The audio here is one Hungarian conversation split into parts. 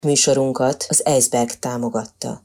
Műsorunkat az Iceberg támogatta.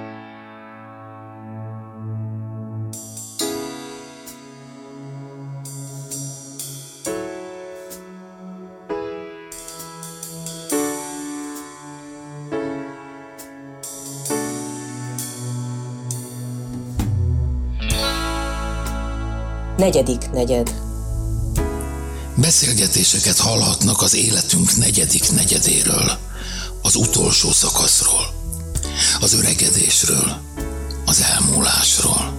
Negyedik negyed. Beszélgetéseket hallhatnak az életünk negyedik negyedéről, az utolsó szakaszról, az öregedésről, az elmúlásról.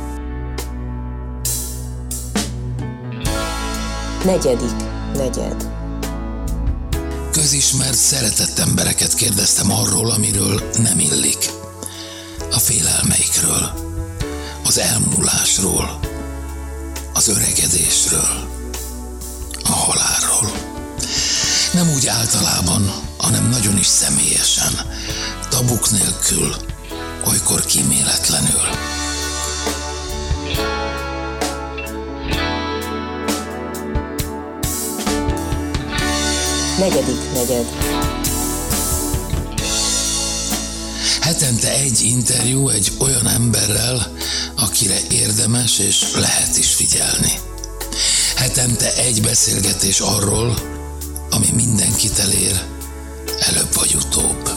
Negyedik negyed. Közismert, szeretett embereket kérdeztem arról, amiről nem illik. A félelmeikről, az elmúlásról, az öregedésről, a halálról. Nem úgy általában, hanem nagyon is személyesen, tabuk nélkül, olykor kíméletlenül. Negyedik negyed. Hetente egy interjú egy olyan emberrel, akire érdemes és lehet is figyelni. Hetente egy beszélgetés arról, ami mindenkit elér, előbb vagy utóbb.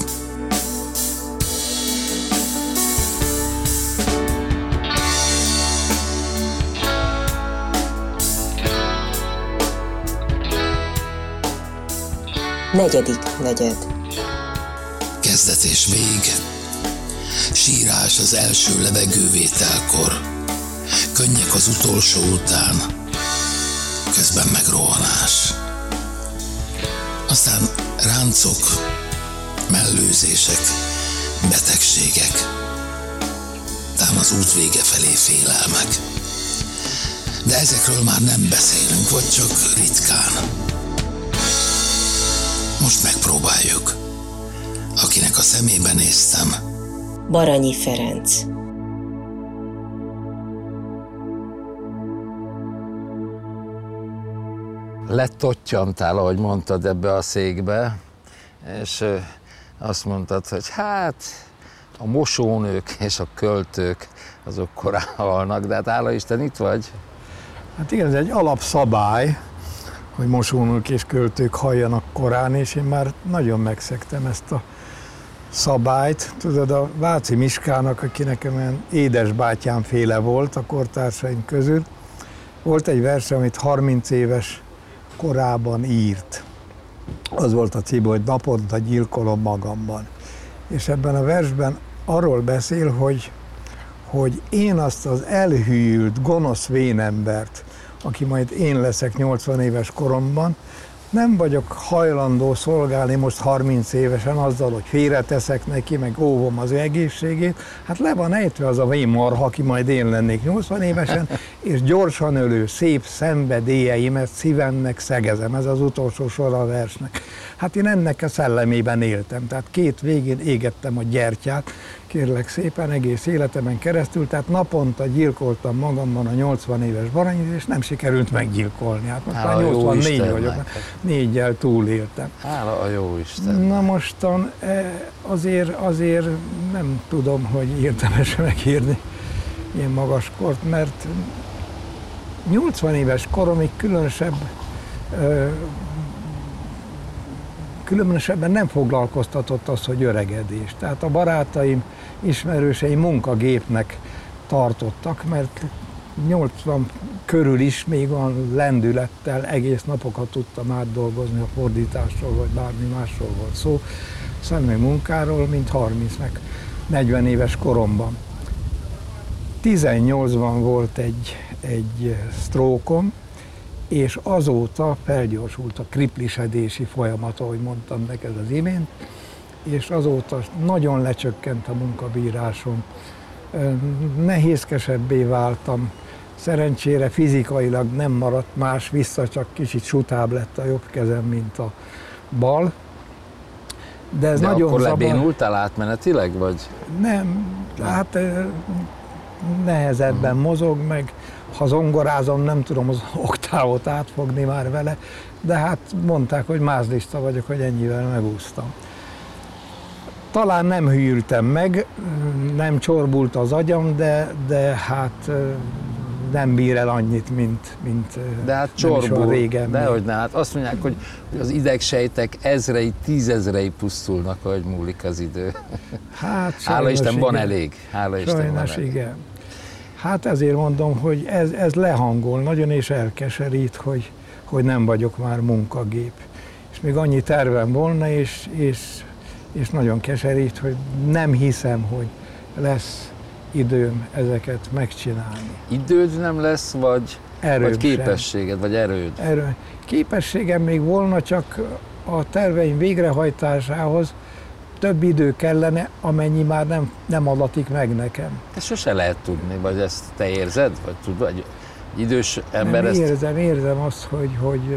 Negyedik negyed. Kezdet és vég, sírás az első levegővételkor, könnyek az utolsó után, közben meg rohanás. Aztán ráncok, mellőzések, betegségek, tám az út vége felé félelmek. De ezekről már nem beszélünk, vagy csak ritkán. Most megpróbáljuk. Akinek a szemébe néztem. Baranyi Ferenc. Letottyantál, ahogy mondtad, ebbe a székbe, és azt mondtad, hogy hát a mosónők és a költők azok korán halnak, de hát hála Isten itt vagy. Hát igen, ez egy alapszabály, hogy mosónők és költők halljanak korán, és én már nagyon megszegtem ezt a szabályt. Tudod, a Váci Miskának, aki nekem olyan édesbátyám féle volt a kortársaim közül, volt egy verse, amit 30 éves korában írt. Az volt a címe, hogy naponta gyilkolom magamban. És ebben a versben arról beszél, hogy én azt az elhűlt, gonosz vénembert, aki majd én leszek 80 éves koromban, nem vagyok hajlandó szolgálni most 30 évesen azzal, hogy félreteszek neki, meg óvom az ő egészségét. Hát le van ejtve az a vénmarha, aki majd én lennék 80 évesen, és gyorsan ölő, szép szenvedélyeimet szívemnek szegezem. Ez az utolsó sor a versnek. Hát én ennek a szellemében éltem, tehát két végén égettem a gyertyát, kérlek szépen, egész életemen keresztül, tehát naponta gyilkoltam magamban a 80 éves Baranyit, és nem sikerült meggyilkolni. Hát most már 84 vagyok, 4-jel túléltem. Hála a jó Istennek. Na mostan azért nem tudom, hogy érdemes megírni ilyen magas kort, mert 80 éves koromig különösebben nem foglalkoztatott az, hogy öregedés. Tehát a barátaim, ismerőseim munkagépnek tartottak, mert 80 körül is még olyan lendülettel egész napokat tudtam átdolgozni, a fordításról vagy bármi másról volt szó, személy munkáról, mint 30 meg 40 éves koromban. 18-ban volt egy sztrókom, és azóta felgyorsult a kriplisedési folyamat, ahogy mondtam neked az imént, és azóta nagyon lecsökkent a munkabírásom, nehézkesebbé váltam, szerencsére fizikailag nem maradt más vissza, csak kicsit sutább lett a jobb kezem, mint a bal. De ez nagyon akkor zavar. lebénultál átmenetileg, vagy? Nem, hát nehezebben mozog meg. Ha zongorázom, nem tudom az oktávot átfogni már vele, de hát mondták, hogy mázlista vagyok, hogy ennyivel megúsztam. talán nem hűltem meg, nem csorbult az agyam, de hát nem bír el annyit, mint de hát nem is van csorbul, régen. dehogy ne, hát azt mondják, hogy az idegsejtek ezrei, tízezrei pusztulnak, ahogy múlik az idő. Hát, Hála Isten, igen. van elég. Hála Isten, van Sajnos elég. igen. Hát ezért mondom, hogy ez lehangol nagyon, és elkeserít, hogy nem vagyok már munkagép. És még annyi tervem volna, és nagyon keserít, hogy nem hiszem, hogy lesz időm ezeket megcsinálni. Időd nem lesz, vagy Erőm képességed, vagy erőd? Képességem még volna, csak a terveim végrehajtásához több idő kellene, amennyi már nem adatik meg nekem. Ezt sose lehet tudni, vagy ezt te érzed? Vagy tudod, vagy idős ember Nem, ezt... érzem azt, hogy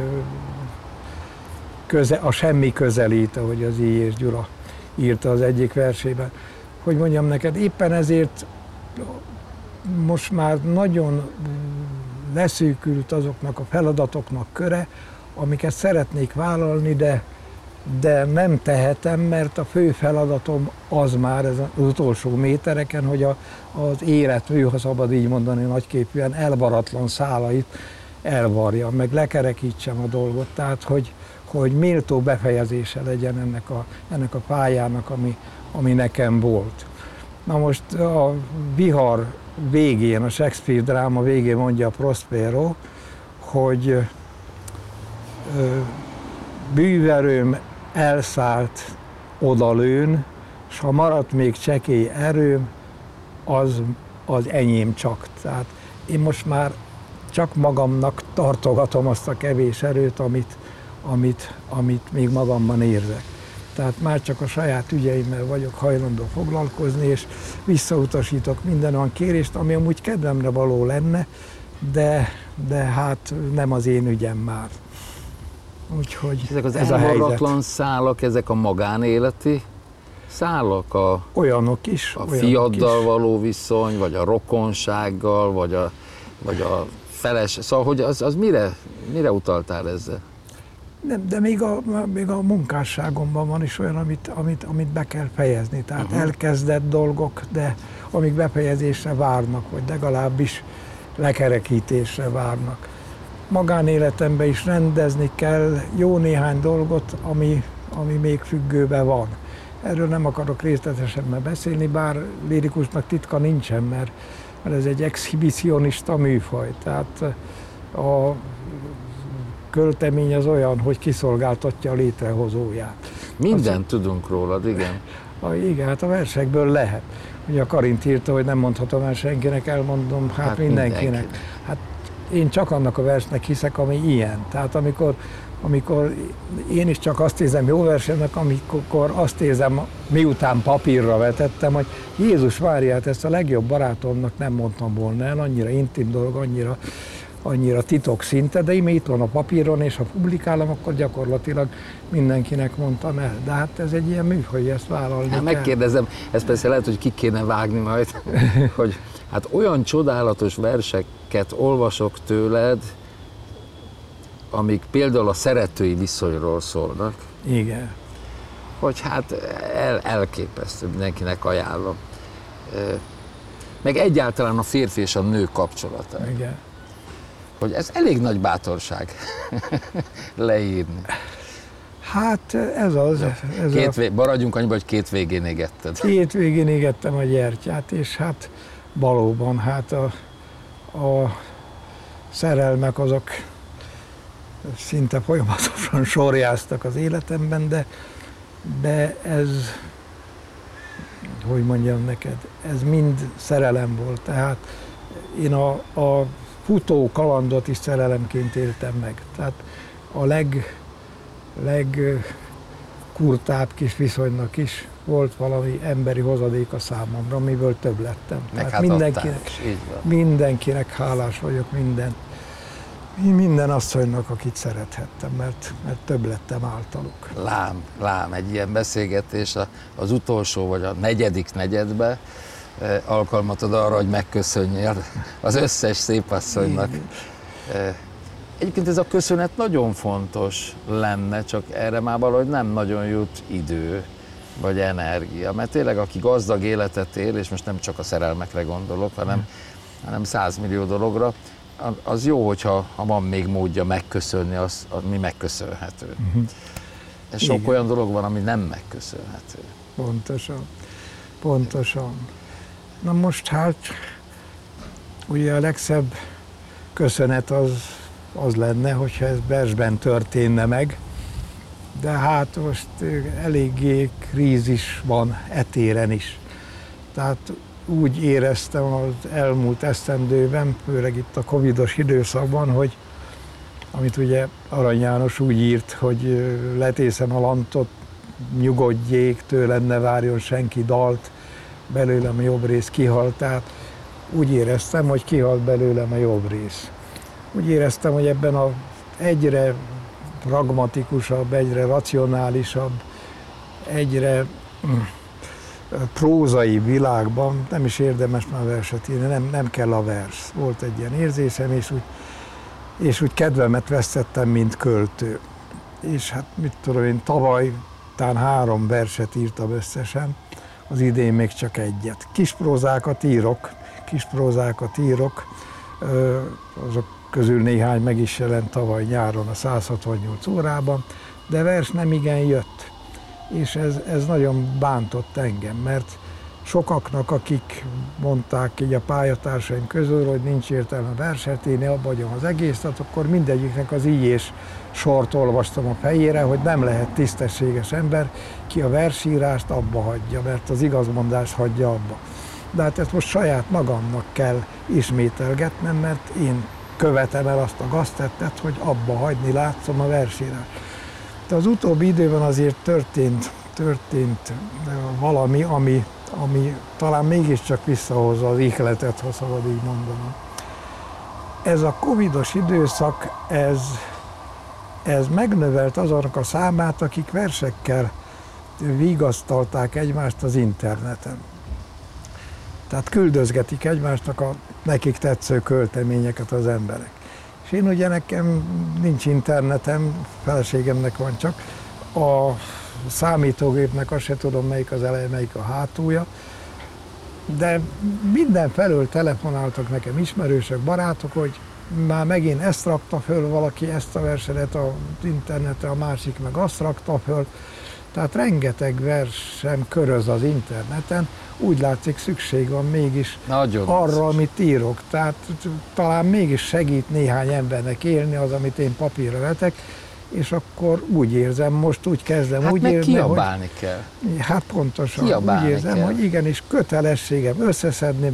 a semmi közelít, ahogy az I. és Gyula írta az egyik versében. Hogy mondjam neked, éppen ezért most már nagyon leszűkült azoknak a feladatoknak köre, amiket szeretnék vállalni, de nem tehetem, mert a fő feladatom az már ez az utolsó métereken, hogy az életmű, ha szabad így mondani nagyképűen, elvaratlan szálait elvarjam, meg lekerekítsem a dolgot, tehát hogy méltó befejezése legyen ennek a pályának, ami nekem volt. Na most a Vihar végén, a Shakespeare dráma végén mondja a Prospero, hogy bűverőm elszállt odalőn, s ha maradt még csekély erőm, az enyém csak. Tehát én most már csak magamnak tartogatom azt a kevés erőt, amit még magamban érzek. Tehát már csak a saját ügyeimmel vagyok hajlandó foglalkozni, és visszautasítok minden olyan kérést, ami amúgy kedvemre való lenne, de hát nem az én ügyem már. Úgyhogy ezek az ez a helyzet. elvarratlan szálak, ezek a magánéleti szálak? Olyanok is. A fiaddal való viszony, vagy a rokonsággal, vagy a feles... Szóval, hogy az mire utaltál ezzel? Nem, de még a munkásságomban van is olyan, amit be kell fejezni. Tehát elkezdett dolgok, de amik befejezésre várnak, vagy legalábbis lekerekítésre várnak. Magánéletemben is rendezni kell jó néhány dolgot, ami még függőben van. Erről nem akarok részletesen beszélni, bár lirikusnak titka nincsen, mert ez egy exhibicionista műfaj. Tehát a költemény az olyan, hogy kiszolgáltatja a létrehozóját. Mindent tudunk rólad, igen. Igen, hát a versekből lehet. Ugye a Karint írta, hogy nem mondhatom el senkinek, elmondom, hát mindenkinek. Hát én csak annak a versnek hiszek, ami ilyen. Tehát amikor én is csak azt érzem jó versennek, amikor azt érzem, miután papírra vetettem, hogy Jézus várja, hát ezt a legjobb barátomnak nem mondtam volna el, annyira intim dolog, annyira titok szinte, de íme itt van a papíron, és ha publikálom, akkor gyakorlatilag mindenkinek mondtam el. De hát ez egy ilyen műfaj, ezt vállalni kell. Megkérdezem, ezt persze lehet, hogy ki kéne vágni majd, hogy hát olyan csodálatos verseket olvasok tőled, amik például a szeretői viszonyról szólnak. Igen. Hogy hát elképesztő, mindenkinek ajánlom. Meg egyáltalán a férfi és a nő kapcsolata. Igen. Hogy ez elég nagy bátorság leírni. Hát ez az. Maradjunk annyiba, hogy két végén égetted. Két végén égettem a gyertyát, és hát valóban hát a szerelmek azok szinte folyamatosan sorjáztak az életemben, de ez, hogy mondjam neked, ez mind szerelem volt. Tehát én a futó kalandot is szerelemként éltem meg. Tehát a legkurtább kis viszonynak is volt valami emberi hozadék a számomra, amiből több lettem. Meg Tehát hát mindenkinek hálás vagyok, minden asszonynak, akit szerethettem, mert több lettem általuk. Lám, egy ilyen beszélgetés az utolsó vagy a negyedik negyedbe alkalmat ad arra, hogy megköszönjél az összes szépasszonynak. Egyébként ez a köszönet nagyon fontos lenne, csak erre már valahogy nem nagyon jut idő. vagy energia. Mert tényleg, aki gazdag életet él, és most nem csak a szerelmekre gondolok, hanem 100 millió dologra, az jó, hogyha van még módja megköszönni azt, ami megköszönhető. És sok olyan dolog van, ami nem megköszönhető. Pontosan. Na most hát, ugye a legszebb köszönet az lenne, hogyha ez versben történne meg, de hát most eléggé krízis van etéren is. Tehát úgy éreztem az elmúlt esztendőben, főleg itt a covidos időszakban, hogy amit ugye Arany János úgy írt, hogy letészem a lantot, nyugodjék, tőlem ne várjon senki dalt, belőlem a jobb rész kihalt. Tehát úgy éreztem, hogy kihalt belőlem a jobb rész. Úgy éreztem, hogy ebben az egyre pragmatikusabb, egyre racionálisabb, egyre prózai világban nem is érdemes már verset írni, nem kell a vers. Volt egy ilyen érzésem, és úgy kedvemet vesztettem, mint költő. És hát mit tudom én, tavaly talán 3 verset írtam összesen, az idén még csak egyet. Kisprózákat írok, azok közül néhány meg is jelent tavaly nyáron a 168 órában, de vers nem igen jött. És ez nagyon bántott engem, mert sokaknak, akik mondták így a pályatársaim közül, hogy nincs értelme verset írni, abba hagyom az egészet, akkor mindegyiknek az íjés sort olvastam a fejére, hogy nem lehet tisztességes ember, ki a versírást abba hagyja, mert az igazmondást hagyja abba. De hát ezt most saját magamnak kell ismételgetnem, mert én követem el azt a gaztettet, hogy abba hagyni látszom a versírást. De az utóbbi időben azért történt valami, ami talán mégiscsak visszahozza az ihletet, ha szabad így mondanom. Ez a covidos időszak, ez megnövelt azonnak a számát, akik versekkel vigasztalták egymást az interneten. Tehát küldözgetik egymásnak a nekik tetsző költeményeket az emberek. És én ugye nekem nincs internetem, feleségemnek van csak, a számítógépnek azt se tudom, melyik az eleje, melyik a hátulja, de mindenfelől telefonáltak nekem ismerősök, barátok, hogy már megint ezt rakta föl valaki, ezt a versenyt az interneten, a másik meg azt rakta föl. Tehát rengeteg versem köröz az interneten, úgy látszik szükség van mégis nagyon arra, amit írok. Tehát talán mégis segít néhány embernek élni az, amit én papírra vetek, és akkor úgy érzem, most úgy kezdem úgy érezni, kiabálni kell. Hát pontosan, Kiabálni úgy érzem, kell. hogy igenis kötelességem összeszedni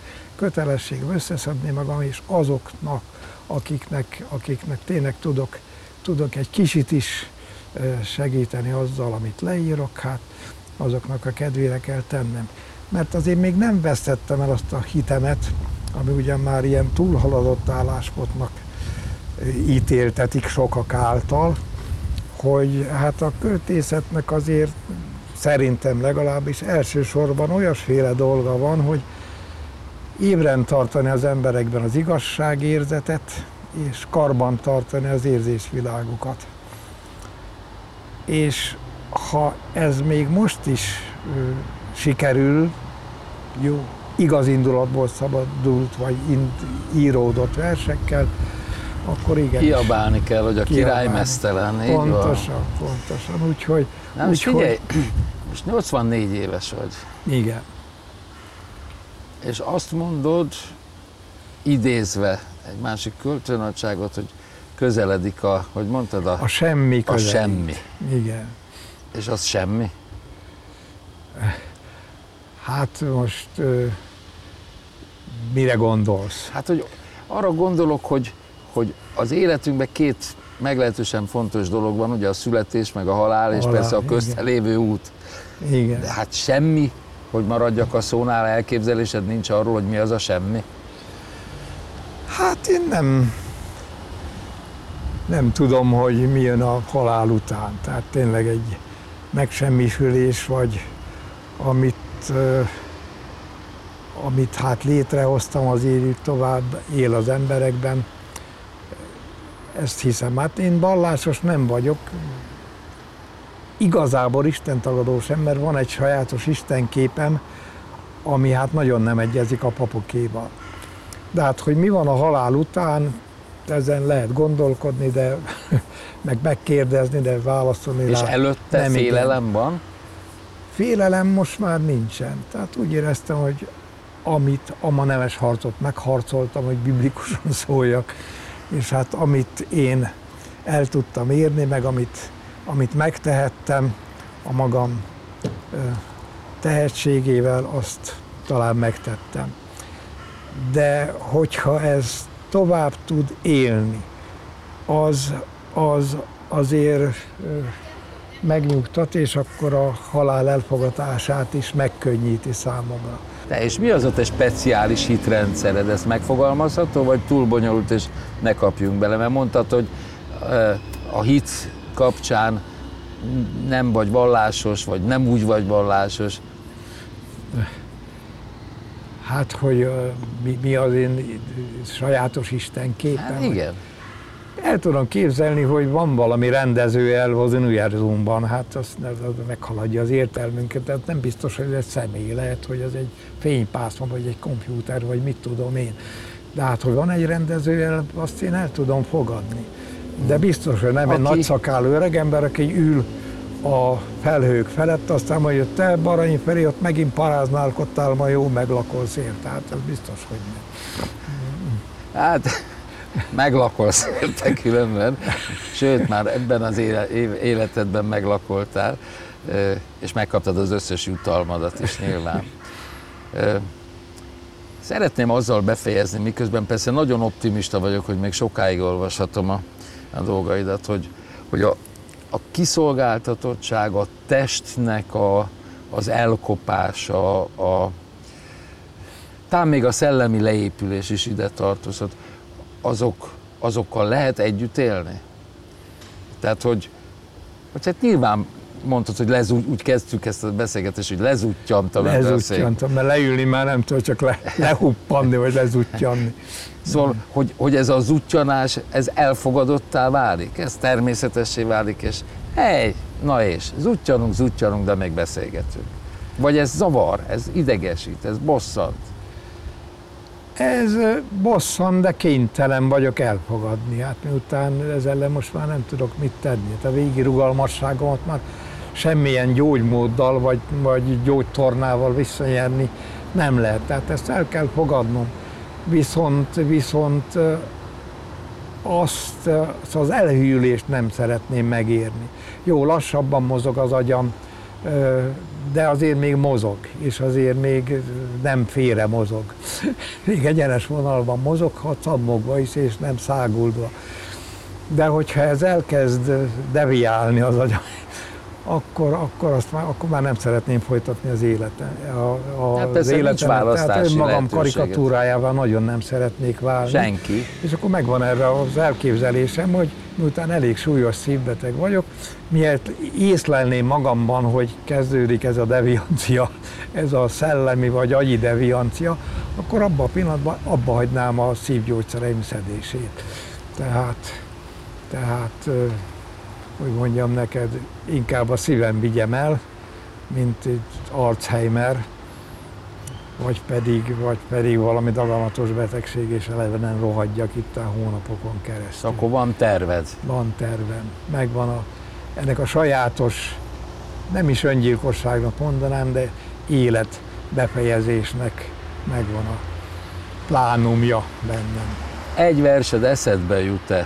magam, és azoknak, akiknek tényleg tudok egy kicsit is segíteni azzal, amit leírok, hát azoknak a kedvére kell tennem. Mert azért még nem vesztettem el azt a hitemet, ami ugyan már ilyen túlhaladott álláspontnak ítéltetik sokak által, hogy hát a költészetnek azért szerintem legalábbis elsősorban olyasféle dolga van, hogy ébren tartani az emberekben az igazságérzetet, és karban tartani az érzésvilágukat. És ha ez még most is sikerül, jó, igaz indulatból szabadult, vagy íródott versekkel, akkor igen. Kiabálni kell, hogy a király meztelen. Pontosan. Úgyhogy... Figyelj, most 84 éves vagy. Igen. És azt mondod, idézve egy másik költőnagyságot, hogy közeledik hogy mondtad? A semmi közeledik. A semmi. Igen. És az semmi? Hát most mire gondolsz? Hát, hogy arra gondolok, hogy az életünkben 2 meglehetősen fontos dolog van, ugye a születés, meg a halál, és persze a közte lévő út. Igen. De hát semmi, hogy maradjak a szónál, elképzelésed nincs arról, hogy mi az a semmi? Hát én nem tudom, hogy mi jön a halál után. Tehát tényleg egy megsemmisülés, vagy amit hát létrehoztam, az élő tovább él az emberekben. Ezt hiszem. Hát én vallásos nem vagyok. igazából istentagadó sem, mert van egy sajátos istenképem, ami hát nagyon nem egyezik a papokéval. De hát, hogy mi van a halál után, ezen lehet gondolkodni, de meg megkérdezni, de válaszolni rá. És előtte nem félelem igen. van? Félelem most már nincsen. Tehát úgy éreztem, hogy amit Amma nemes harcot megharcoltam, hogy biblikusan szóljak, és hát amit én el tudtam érni, meg amit megtehettem a magam tehetségével, azt talán megtettem. De hogyha ez tovább tud élni, az azért megnyugtat, és akkor a halál elfogadását is megkönnyíti számomra. És mi az a te speciális hitrendszered? Ez megfogalmazható, vagy túl bonyolult, és ne kapjunk bele? Mert mondtad, hogy a hit kapcsán nem vagy vallásos, vagy nem úgy vagy vallásos. Hát, hogy mi az én sajátos istenképem? Hát igen. El tudom képzelni, hogy van valami rendezőelv az univerzumban, hát az meghaladja az értelmünket, tehát nem biztos, hogy ez egy személy, lehet, hogy ez egy fénypászma, vagy egy kompjúter, vagy mit tudom én. De hát, hogy van egy rendezőelv, azt én el tudom fogadni. De biztos, hogy nem egy nagyszakálú öregember, aki ül a felhők felett, aztán majd jött te, Baranyi Feri, ott megint paráználkodtál, ma jó meglakolsz ért, tehát ez biztos, hogy nem. Hát meglakolsz érte különben, sőt, már ebben az életedben meglakoltál, és megkaptad az összes jutalmadat is nyilván. Szeretném azzal befejezni, miközben persze nagyon optimista vagyok, hogy még sokáig olvashatom a dolgaidat, hogy a kiszolgáltatottság, a testnek az elkopása, talán még a szellemi leépülés is ide tartozott, azokkal lehet együtt élni? Tehát, hogy hát nyilván mondtad, hogy úgy kezdtük ezt a beszélgetést, hogy lezuttyanttam. Lezuttyanttam, mert leülni már nem tudom, csak lehuppanni, vagy lezuttyantni. Szóval, hogy ez a zuttyanás, ez elfogadottá válik, ez természetessé válik, és zuttyanunk, de még beszélgetünk. Vagy ez zavar, ez idegesít, ez bosszant? Ez bosszant, de kénytelen vagyok elfogadni. Hát miután ezzel ellen most már nem tudok mit tenni. A végi rugalmasságomat már semmilyen gyógymóddal vagy gyógytornával visszanyerni nem lehet. Tehát ezt el kell fogadnom. Viszont azt az elhűlést nem szeretném megérni. Jó, lassabban mozog az agyam, de azért még mozog, és azért még nem félre mozog. Még egyenes vonalban mozog, ha cammogva is, és nem száguldva. De hogyha ez elkezd deviálni az agyam, akkor már nem szeretném folytatni az életet. Az életemet, tehát önmagam karikatúrájával nagyon nem szeretnék válni. Senki. És akkor megvan erre az elképzelésem, hogy miután elég súlyos szívbeteg vagyok, miért észlelném magamban, hogy kezdődik ez a deviancia, ez a szellemi vagy agyi deviancia, akkor abban a pillanatban abba hagynám a szívgyógyszereim szedését. Tehát hogy mondjam neked, inkább a szívem vigyem el, mint egy Alzheimer, vagy pedig valami daganatos betegség, és elevenen rohadjak itt a hónapokon keresztül. Akkor van terved? Van tervem. Megvan ennek a sajátos, nem is öngyilkosságnak mondanám, de élet befejezésnek megvan a plánumja bennem. Egy versed eszedbe jut-e,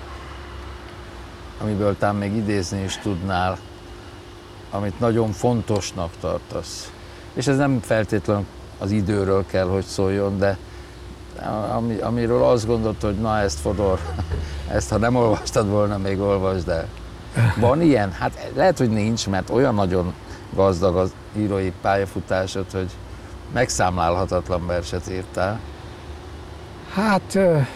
amiből talán még idézni is tudnál, amit nagyon fontosnak tartasz? És ez nem feltétlenül az időről kell, hogy szóljon, de amiről azt gondolt, hogy na ezt Fodor, ezt ha nem olvastad volna, még olvasd el. Van ilyen? Hát lehet, hogy nincs, mert olyan nagyon gazdag az írói pályafutásod, hogy megszámlálhatatlan verset írtál. Hát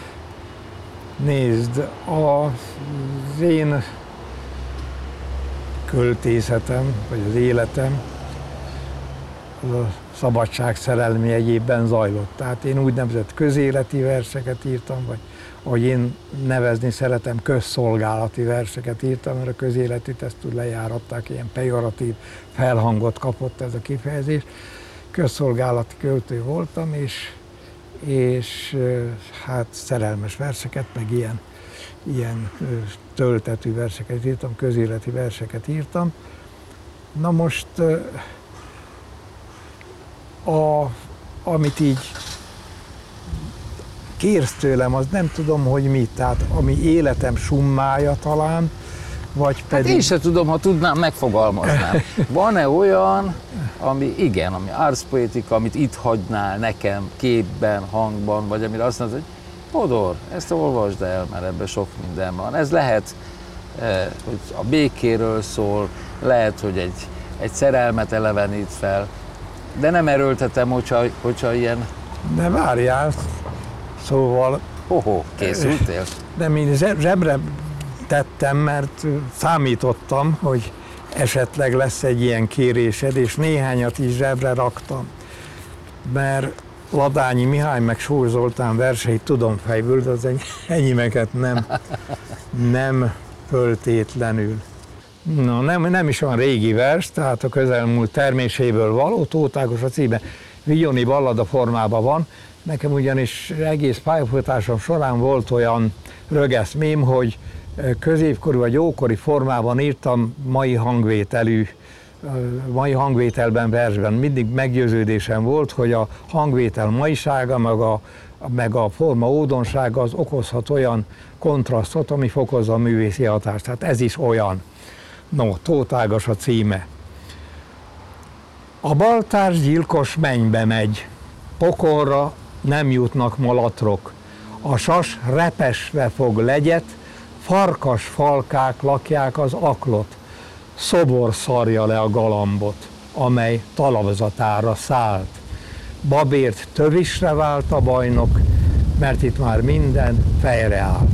nézd, az én költészetem, vagy az életem, az a szabadság szerelmi jegyében zajlott. Tehát én úgynevezett közéleti verseket írtam, vagy ahogy én nevezni szeretem, közszolgálati verseket írtam, mert a közéletit ezt úgy lejáratták, ilyen pejoratív felhangot kapott ez a kifejezés. Közszolgálati költő voltam, és hát szerelmes verseket, meg ilyen töltetű verseket írtam, közéleti verseket írtam. Na most, amit így kérsz tőlem, az nem tudom, hogy mit, tehát ami életem summája talán, vagy pedig... Hát én sem tudom, ha tudnám, megfogalmaznám. Van-e olyan, ami arszpoetika, amit itt hagynál nekem képben, hangban, vagy amire azt mondod, hogy Hodor, ezt olvasd el, mert ebben sok minden van. Ez lehet, hogy a békéről szól, lehet, hogy egy szerelmet elevenít fel, de nem erőltetem, hogyha ilyen... De várjál, szóval... Készültél? De én zsebre tettem, mert számítottam, hogy esetleg lesz egy ilyen kérésed, és néhányat is zsebre raktam. Mert Ladányi Mihály meg Sós Zoltán verseit tudom fejből, de az enyémeket nem föltétlenül. No, nem is olyan régi vers, tehát a közelmúlt terméséből való, Tóth Ágos a címe, vigyoni ballada formában van. Nekem ugyanis egész pályafutásom során volt olyan rögeszmém, hogy középkori vagy ókori formában írtam mai hangvételben versben. Mindig meggyőződésem volt, hogy a hangvétel maisága, meg a forma ódonsága az okozhat olyan kontrasztot, ami fokozza a művészi hatást. Tehát ez is olyan. No, Tóth Ágos a címe. A baltárs gyilkos mennybe megy, pokolra nem jutnak malatrok. A sas repesve fog legyet, farkas falkák lakják az aklot. Szobor szarja le a galambot, amely talapzatára szállt. Babért tövisre vált a bajnok, mert itt már minden fejre állt.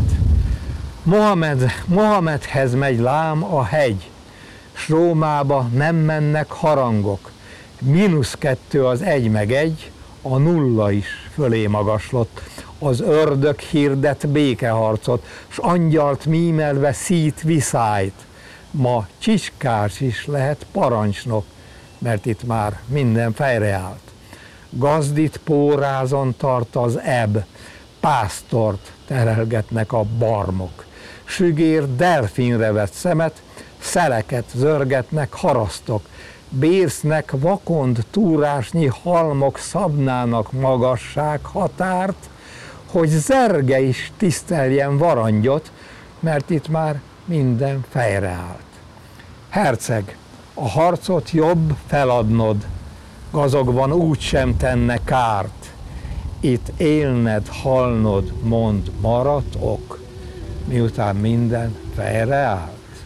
Mohamedhez megy lám a hegy, s Rómába nem mennek harangok. -2 az 1/1, a 0 is fölé magaslott. Az ördög hirdet békeharcot, s angyalt mímelve szít viszályt. Ma Csicskás is lehet parancsnok, mert itt már minden fejre állt. Gazdit pórázon tart az ebb, pásztort terelgetnek a barmok. Sügér delfinre vett szemet, szeleket zörgetnek harasztok. Bérsznek vakond túrásnyi halmok szabnának magasság határt, hogy zerge is tiszteljen varangyot, mert itt már minden fejre állt. Herceg, a harcot jobb feladnod, gazogban úgy sem tenne kárt. Itt élned, halnod, mond, maradt ok, miután minden fejre állt.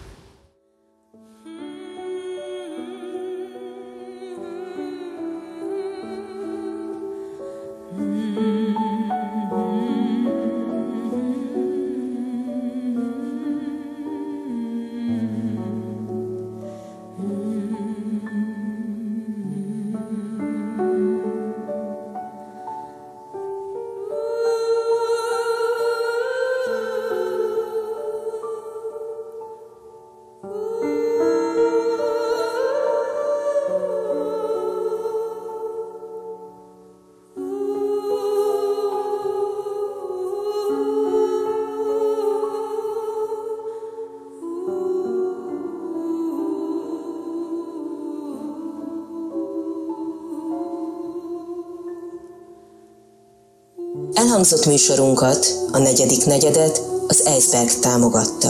Elhangzott műsorunkat, a negyedik negyedet az Eisberg támogatta.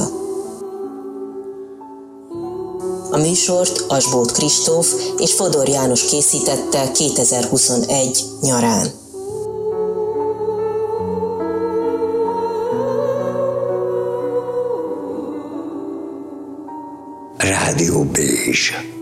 A műsort Asbóth Kristóf és Fodor János készítette 2021 nyarán. Rádió Bézs.